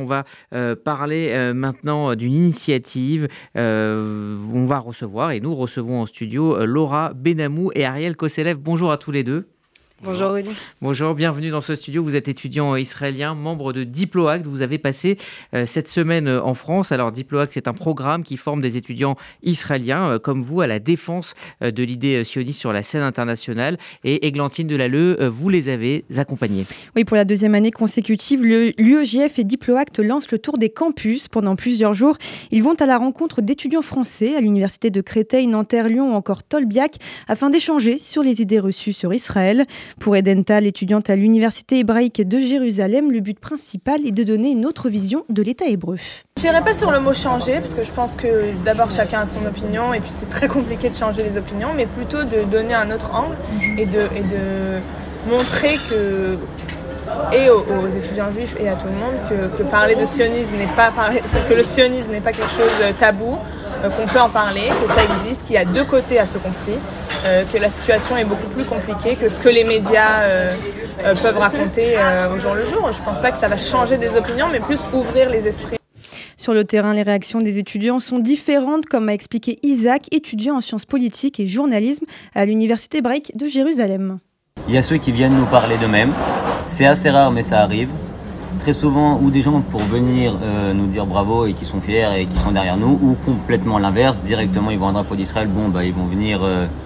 va parler maintenant d'une initiative. On va recevoir, et nous recevons en studio, Laura Benamou et Ariel Koselev. Bonjour à tous les deux. Bonjour Rudy. Bonjour, bienvenue dans ce studio. Vous êtes étudiant israélien, membre de Diploact. Vous avez passé cette semaine en France. Alors Diploact, c'est un programme qui forme des étudiants israéliens comme vous à la défense de l'idée sioniste sur la scène internationale. Et Églantine Delalleux, vous les avez accompagnés. Oui, pour la deuxième année consécutive, l'UEJF et Diploact lancent le tour des campus pendant plusieurs jours. Ils vont à la rencontre d'étudiants français à l'université de Créteil, Nanterre, Lyon ou encore Tolbiac afin d'échanger sur les idées reçues sur Israël. Pour Eden Tal, étudiante à l'université hébraïque de Jérusalem, le but principal est de donner une autre vision de l'État hébreu. Je n'irai pas sur le mot changer, parce que je pense que d'abord chacun a son opinion, et puis c'est très compliqué de changer les opinions, mais plutôt de donner un autre angle et de montrer que, et aux étudiants juifs et à tout le monde, que parler de sionisme que le sionisme n'est pas quelque chose de tabou, qu'on peut en parler, que ça existe, qu'il y a deux côtés à ce conflit. Que la situation est beaucoup plus compliquée que ce que les médias peuvent raconter au jour le jour. Je ne pense pas que ça va changer des opinions, mais plus ouvrir les esprits. Sur le terrain, les réactions des étudiants sont différentes, comme a expliqué Isaac, étudiant en sciences politiques et journalisme à l'université hébraïque de Jérusalem. Il y a ceux qui viennent nous parler d'eux-mêmes. C'est assez rare, mais ça arrive. Très souvent, ou des gens pour venir nous dire bravo et qui sont fiers et qui sont derrière nous, ou complètement l'inverse. Directement, ils voient un drapeau d'Israël, ils vont venir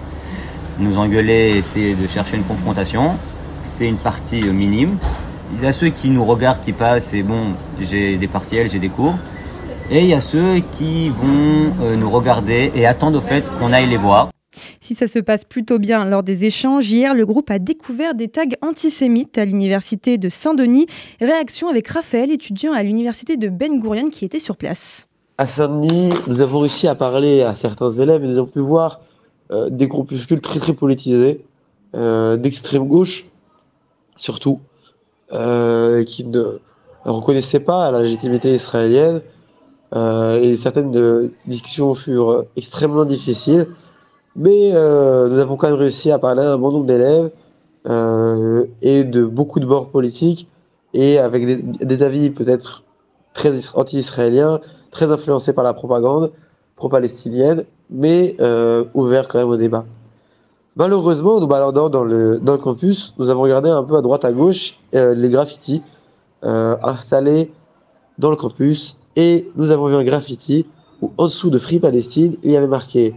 nous engueuler, essayer de chercher une confrontation. C'est une partie minime. Il y a ceux qui nous regardent, qui passent, et j'ai des partiels, j'ai des cours. Et il y a ceux qui vont nous regarder et attendre au fait qu'on aille les voir. Si ça se passe plutôt bien lors des échanges, hier, le groupe a découvert des tags antisémites à l'université de Saint-Denis. Réaction avec Raphaël, étudiant à l'université de Ben Gurion, qui était sur place. À Saint-Denis, nous avons réussi à parler à certains élèves et nous avons pu voir des groupuscules très très politisés, d'extrême gauche surtout, qui ne reconnaissaient pas la légitimité israélienne, et certaines discussions furent extrêmement difficiles, mais nous avons quand même réussi à parler à un bon nombre d'élèves et de beaucoup de bords politiques, et avec des avis peut-être très anti-israéliens, très influencés par la propagande pro-palestinienne, mais ouvert quand même au débat. Malheureusement, nous baladant dans le campus, nous avons regardé un peu à droite à gauche les graffitis installés dans le campus, et nous avons vu un graffiti où en dessous de Free Palestine, il y avait marqué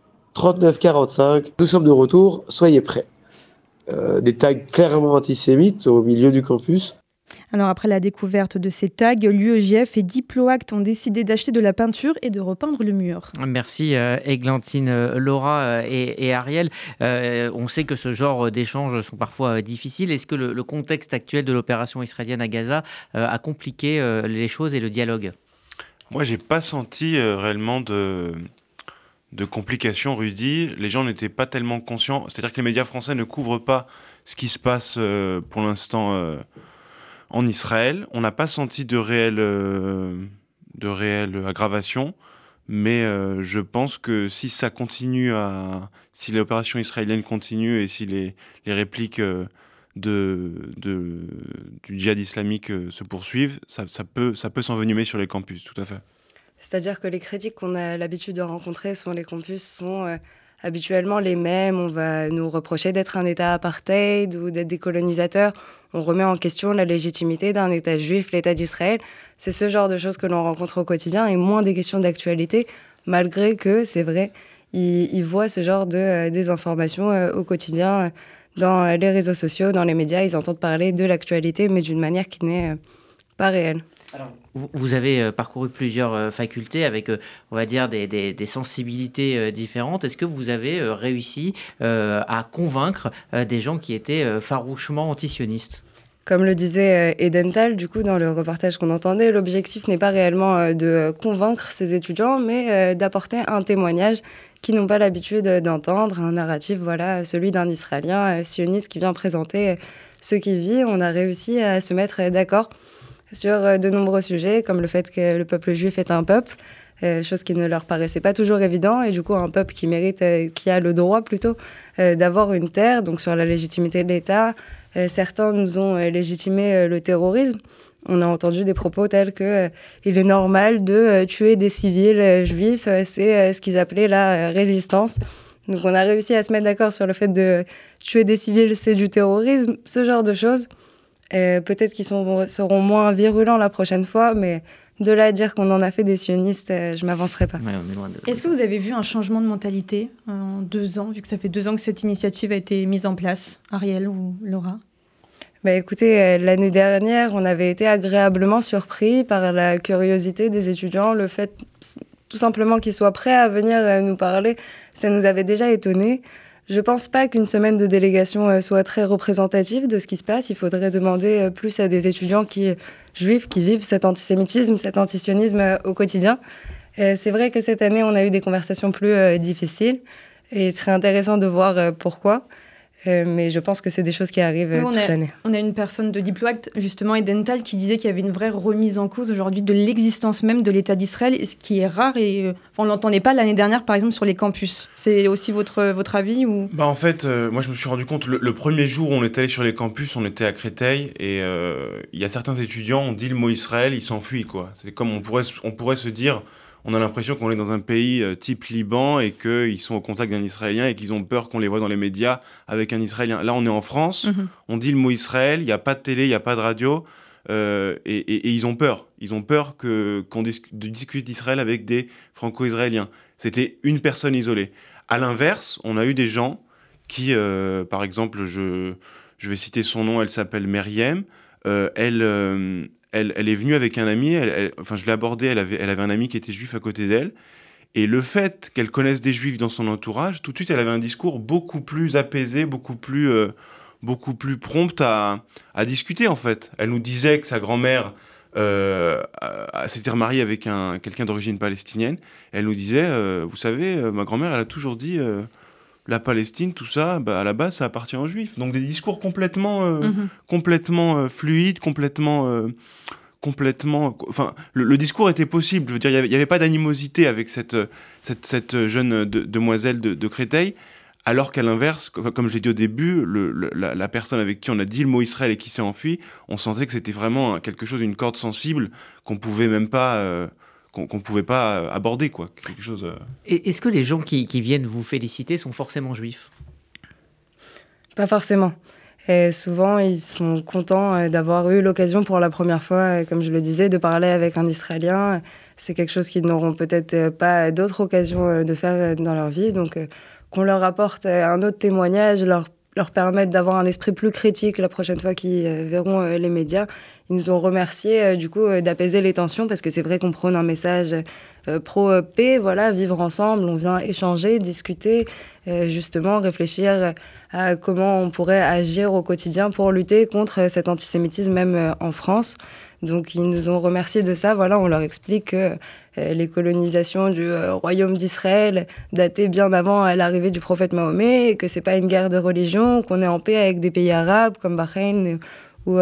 3945, nous sommes de retour, soyez prêts. Des tags clairement antisémites au milieu du campus. Alors après la découverte de ces tags, l'UEJF et Diploact ont décidé d'acheter de la peinture et de repeindre le mur. Merci Églantine, Laura et Ariel. On sait que ce genre d'échanges sont parfois difficiles. Est-ce que le contexte actuel de l'opération israélienne à Gaza a compliqué les choses et le dialogue ? Moi, j'ai pas senti réellement de complications, Rudy. Les gens n'étaient pas tellement conscients. C'est-à-dire que les médias français ne couvrent pas ce qui se passe pour l'instant en Israël. On n'a pas senti de réelle aggravation, mais je pense que si ça continue si l'opération israélienne continue et si les répliques du djihad islamique se poursuivent, ça peut s'envenimer sur les campus, tout à fait. C'est-à-dire que les critiques qu'on a l'habitude de rencontrer sur les campus sont habituellement les mêmes. On va nous reprocher d'être un État apartheid ou d'être des colonisateurs. On remet en question la légitimité d'un État juif, l'État d'Israël. C'est ce genre de choses que l'on rencontre au quotidien et moins des questions d'actualité, malgré que, c'est vrai, ils voient ce genre de désinformation au quotidien dans les réseaux sociaux, dans les médias. Ils entendent parler de l'actualité, mais d'une manière qui n'est pas réelle. Alors, vous avez parcouru plusieurs facultés avec, on va dire, des sensibilités différentes. Est-ce que vous avez réussi à convaincre des gens qui étaient farouchement antisionistes ? Comme le disait Eden Tal, du coup, dans le reportage qu'on entendait, l'objectif n'est pas réellement de convaincre ces étudiants, mais d'apporter un témoignage qu'ils n'ont pas l'habitude d'entendre, un narratif, voilà, celui d'un Israélien sioniste qui vient présenter ce qu'il vit. On a réussi à se mettre d'accord sur de nombreux sujets, comme le fait que le peuple juif est un peuple, chose qui ne leur paraissait pas toujours évident, et du coup un peuple qui mérite, qui a le droit plutôt d'avoir une terre, donc sur la légitimité de l'État. Certains nous ont légitimé le terrorisme on a entendu des propos tels que il est normal de tuer des civils juifs, c'est ce qu'ils appelaient la résistance. Donc on a réussi à se mettre d'accord sur le fait de tuer des civils, c'est du terrorisme, ce genre de choses. Peut-être qu'ils seront moins virulents la prochaine fois, mais de là à dire qu'on en a fait des sionistes, je ne m'avancerai pas. Est-ce que vous avez vu un changement de mentalité en 2 ans, vu que ça fait 2 ans que cette initiative a été mise en place, Ariel ou Laura ? Écoutez, l'année dernière, on avait été agréablement surpris par la curiosité des étudiants, le fait tout simplement qu'ils soient prêts à venir nous parler, ça nous avait déjà étonnés. Je ne pense pas qu'une semaine de délégation soit très représentative de ce qui se passe. Il faudrait demander plus à des étudiants juifs qui vivent cet antisémitisme, cet antisionisme au quotidien. C'est vrai que cette année, on a eu des conversations plus difficiles et il serait intéressant de voir pourquoi. Mais je pense que c'est des choses qui arrivent toute l'année. On a une personne de Diploact, justement, Edental, qui disait qu'il y avait une vraie remise en cause aujourd'hui de l'existence même de l'État d'Israël, ce qui est rare et on ne l'entendait pas l'année dernière, par exemple, sur les campus. C'est aussi votre avis ou... En fait, moi je me suis rendu compte, le premier jour où on était allé sur les campus, on était à Créteil et il y a certains étudiants, on dit le mot Israël, ils s'enfuient, quoi. C'est comme on pourrait se dire... On a l'impression qu'on est dans un pays type Liban et qu'ils sont au contact d'un Israélien et qu'ils ont peur qu'on les voit dans les médias avec un Israélien. Là, on est en France, on dit le mot Israël, il n'y a pas de télé, il n'y a pas de radio, et ils ont peur. Ils ont peur qu'on discute d'Israël avec des Franco-Israéliens. C'était une personne isolée. À l'inverse, on a eu des gens qui, par exemple, je vais citer son nom, elle s'appelle Meriem, elle est venue avec un ami, je l'ai abordée, elle avait un ami qui était juif à côté d'elle, et le fait qu'elle connaisse des juifs dans son entourage, tout de suite elle avait un discours beaucoup plus apaisé, beaucoup plus prompt à discuter en fait. Elle nous disait que sa grand-mère s'était remariée avec quelqu'un d'origine palestinienne, elle nous disait, vous savez, ma grand-mère elle a toujours dit... la Palestine, tout ça, à la base, ça appartient aux Juifs. Donc des discours complètement fluides, Enfin, le discours était possible. Je veux dire, il n'y avait pas d'animosité avec cette jeune demoiselle de Créteil, alors qu'à l'inverse, comme je l'ai dit au début, la personne avec qui on a dit le mot Israël et qui s'est enfuie, on sentait que c'était vraiment quelque chose, une corde sensible qu'on pouvait même pas... qu'on pouvait pas aborder, quoi. Quelque chose... Et est-ce que les gens qui viennent vous féliciter sont forcément juifs ? Pas forcément. Et souvent, ils sont contents d'avoir eu l'occasion pour la première fois, comme je le disais, de parler avec un Israélien. C'est quelque chose qu'ils n'auront peut-être pas d'autres occasions de faire dans leur vie. Donc, qu'on leur apporte un autre témoignage, leur permettre d'avoir un esprit plus critique la prochaine fois qu'ils verront les médias. Ils nous ont remercié d'apaiser les tensions parce que c'est vrai qu'on prône un message pro-paix, voilà, vivre ensemble, on vient échanger, discuter, justement réfléchir à comment on pourrait agir au quotidien pour lutter contre cet antisémitisme même en France. Donc ils nous ont remercié de ça, voilà, on leur explique que les colonisations du royaume d'Israël dataient bien avant l'arrivée du prophète Mahomet, que c'est pas une guerre de religion, qu'on est en paix avec des pays arabes comme Bahreïn ou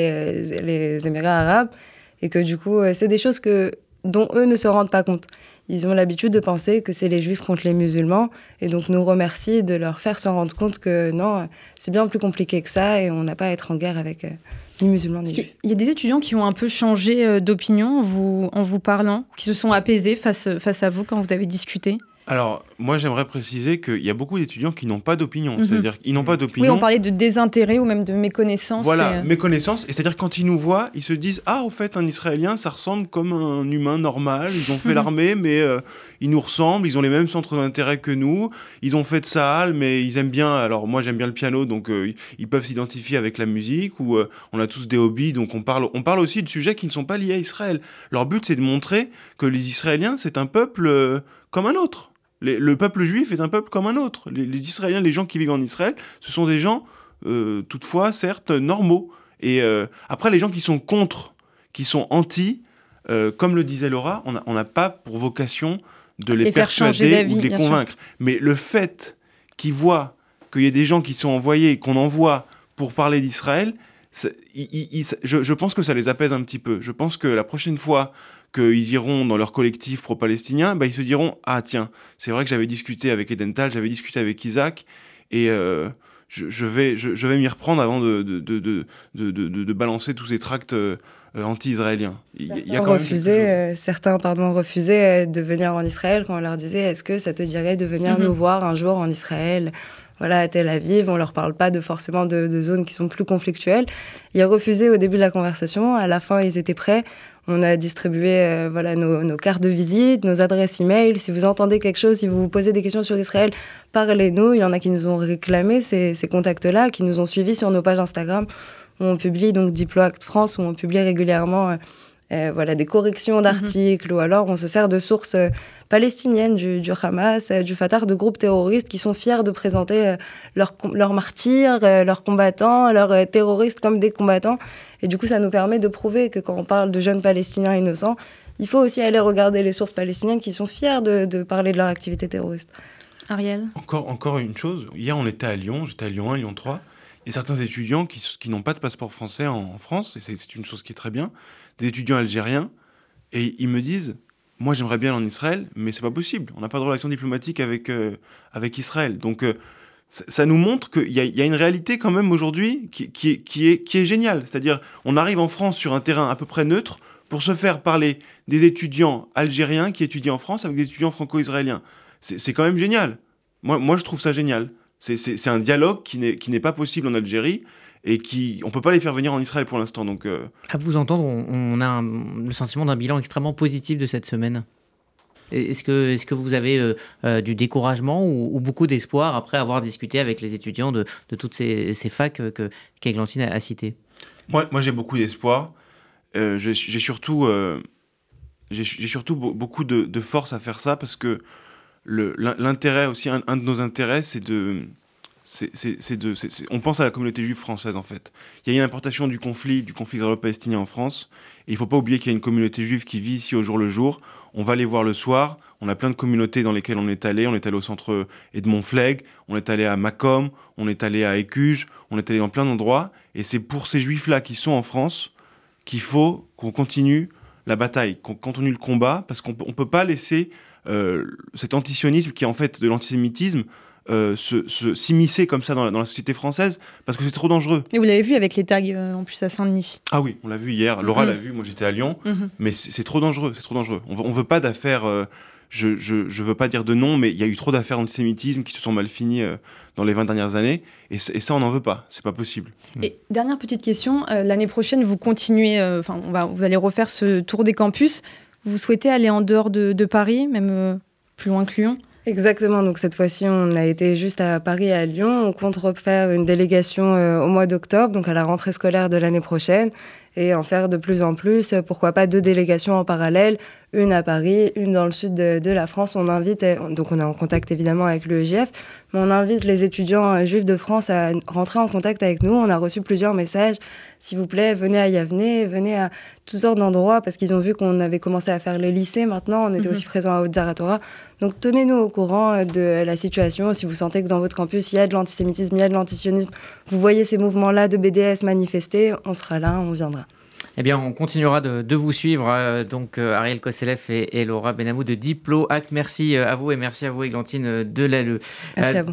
les Émirats arabes, et que du coup, c'est des choses dont eux ne se rendent pas compte. Ils ont l'habitude de penser que c'est les juifs contre les musulmans, et donc nous remercie de leur faire se rendre compte que non, c'est bien plus compliqué que ça, et on n'a pas à être en guerre avec ni musulmans ni juifs. Il y a des étudiants qui ont un peu changé d'opinion en vous parlant, qui se sont apaisés face à vous quand vous avez discuté. Alors, moi, j'aimerais préciser qu'il y a beaucoup d'étudiants qui n'ont pas d'opinion. C'est-à-dire qu'ils n'ont pas d'opinion. Oui, on parlait de désintérêt ou même de méconnaissance. Voilà, méconnaissance. Et c'est-à-dire quand ils nous voient, ils se disent « Ah, au fait, un Israélien, ça ressemble comme un humain normal. Ils ont fait l'armée, mais ils nous ressemblent. Ils ont les mêmes centres d'intérêt que nous. Ils ont fait de Sahel, mais ils aiment bien... Alors, moi, j'aime bien le piano, donc ils peuvent s'identifier avec la musique. Ou on a tous des hobbies, donc on parle aussi de sujets qui ne sont pas liés à Israël. Leur but, c'est de montrer que les Israéliens, c'est un peuple comme un autre. Le peuple juif est un peuple comme un autre. Les Israéliens, les gens qui vivent en Israël, ce sont des gens, toutefois, certes, normaux. Et après, les gens qui sont contre, qui sont anti, comme le disait Laura, on n'a pas pour vocation de les persuader ou de les convaincre. Mais le fait qu'ils voient qu'il y a des gens qui sont envoyés, qu'on envoie pour parler d'Israël, je pense que ça les apaise un petit peu. Je pense que la prochaine fois qu'ils iront dans leur collectif pro-palestinien, ils se diront « Ah tiens, c'est vrai que j'avais discuté avec Edental, j'avais discuté avec Isaac, et je vais m'y reprendre avant de balancer tous ces tracts anti-israélien. Certains refusaient de venir en Israël quand on leur disait « Est-ce que ça te dirait de venir nous voir un jour en Israël ?» Voilà, à Tel Aviv, on ne leur parle pas forcément de zones qui sont plus conflictuelles. Ils refusaient au début de la conversation, à la fin, ils étaient prêts. On a distribué nos cartes de visite, nos adresses e-mail. Si vous entendez quelque chose, si vous vous posez des questions sur Israël, parlez-nous. Il y en a qui nous ont réclamé ces contacts-là, qui nous ont suivis sur nos pages Instagram, où on publie donc Diploact France, où on publie régulièrement des corrections d'articles, ou alors on se sert de sources palestiniennes du Hamas, du Fatah, de groupes terroristes qui sont fiers de présenter leurs martyrs, leurs combattants, leurs terroristes comme des combattants. Et du coup, ça nous permet de prouver que quand on parle de jeunes Palestiniens innocents, il faut aussi aller regarder les sources palestiniennes qui sont fiers de parler de leur activité terroriste. Ariel ? Encore une chose. Hier, on était à Lyon, j'étais à Lyon 1, Lyon 3. Et certains étudiants qui n'ont pas de passeport français en France, et c'est une chose qui est très bien, des étudiants algériens, et ils me disent « Moi, j'aimerais bien aller en Israël, mais c'est pas possible. On n'a pas de relation diplomatique avec Israël. » Donc, ça nous montre qu'il y a une réalité quand même aujourd'hui qui est géniale. C'est-à-dire, on arrive en France sur un terrain à peu près neutre pour se faire parler des étudiants algériens qui étudient en France avec des étudiants franco-israéliens. C'est quand même génial. Moi, je trouve ça génial. C'est un dialogue qui n'est pas possible en Algérie et on ne peut pas les faire venir en Israël pour l'instant. Donc, À vous entendre, on a le sentiment d'un bilan extrêmement positif de cette semaine. Est-ce que vous avez du découragement ou beaucoup d'espoir après avoir discuté avec les étudiants de toutes ces facs qu'Églantine a citées ? Moi, j'ai beaucoup d'espoir. J'ai surtout beaucoup de force à faire ça parce que l'intérêt aussi, un de nos intérêts, on pense à la communauté juive française en fait. Il y a une importation du conflit israélo-palestinien en France, et il ne faut pas oublier qu'il y a une communauté juive qui vit ici au jour le jour. On va les voir le soir. On a plein de communautés dans lesquelles on est allé. On est allé au centre Edmond Flegg, on est allé à Macomb, on est allé à Écuges, on est allé dans plein d'endroits. Et c'est pour ces juifs-là qui sont en France qu'il faut qu'on continue la bataille, qu'on continue le combat, parce qu'on ne peut pas laisser cet antisionisme qui est en fait de l'antisémitisme s'immiscer comme ça dans la société française, parce que c'est trop dangereux. Et vous l'avez vu avec les tags en plus à Saint-Denis. Ah oui, on l'a vu hier, Laura l'a vu, moi j'étais à Lyon, mais c'est trop dangereux, c'est trop dangereux. On veut pas d'affaires, je veux pas dire de nom, mais il y a eu trop d'affaires d'antisémitisme qui se sont mal finies dans les 20 dernières années, et ça on n'en veut pas, c'est pas possible. Et dernière petite question, l'année prochaine vous continuez, vous allez refaire ce tour des campus, vous souhaitez aller en dehors de Paris, même plus loin que Lyon ? Exactement, donc cette fois-ci on a été juste à Paris et à Lyon, on compte refaire une délégation au mois d'octobre, donc à la rentrée scolaire de l'année prochaine, et en faire de plus en plus, pourquoi pas 2 délégations en parallèle, une à Paris, une dans le sud de la France. On invite, donc on est en contact évidemment avec l'UEJF, mais on invite les étudiants juifs de France à rentrer en contact avec nous. On a reçu plusieurs messages, s'il vous plaît, venez à Yavne, venez à toutes sortes d'endroits, parce qu'ils ont vu qu'on avait commencé à faire les lycées maintenant, on était aussi présents à Haute-Zaratora. Donc tenez-nous au courant de la situation. Si vous sentez que dans votre campus, il y a de l'antisémitisme, il y a de l'antisionisme, vous voyez ces mouvements-là de BDS manifester, on sera là, on viendra. Eh bien, on continuera de vous suivre. Ariel Kosselef et Laura Benamou de Diploact. Merci à vous et merci à vous, Églantine Delalleux. Merci à vous.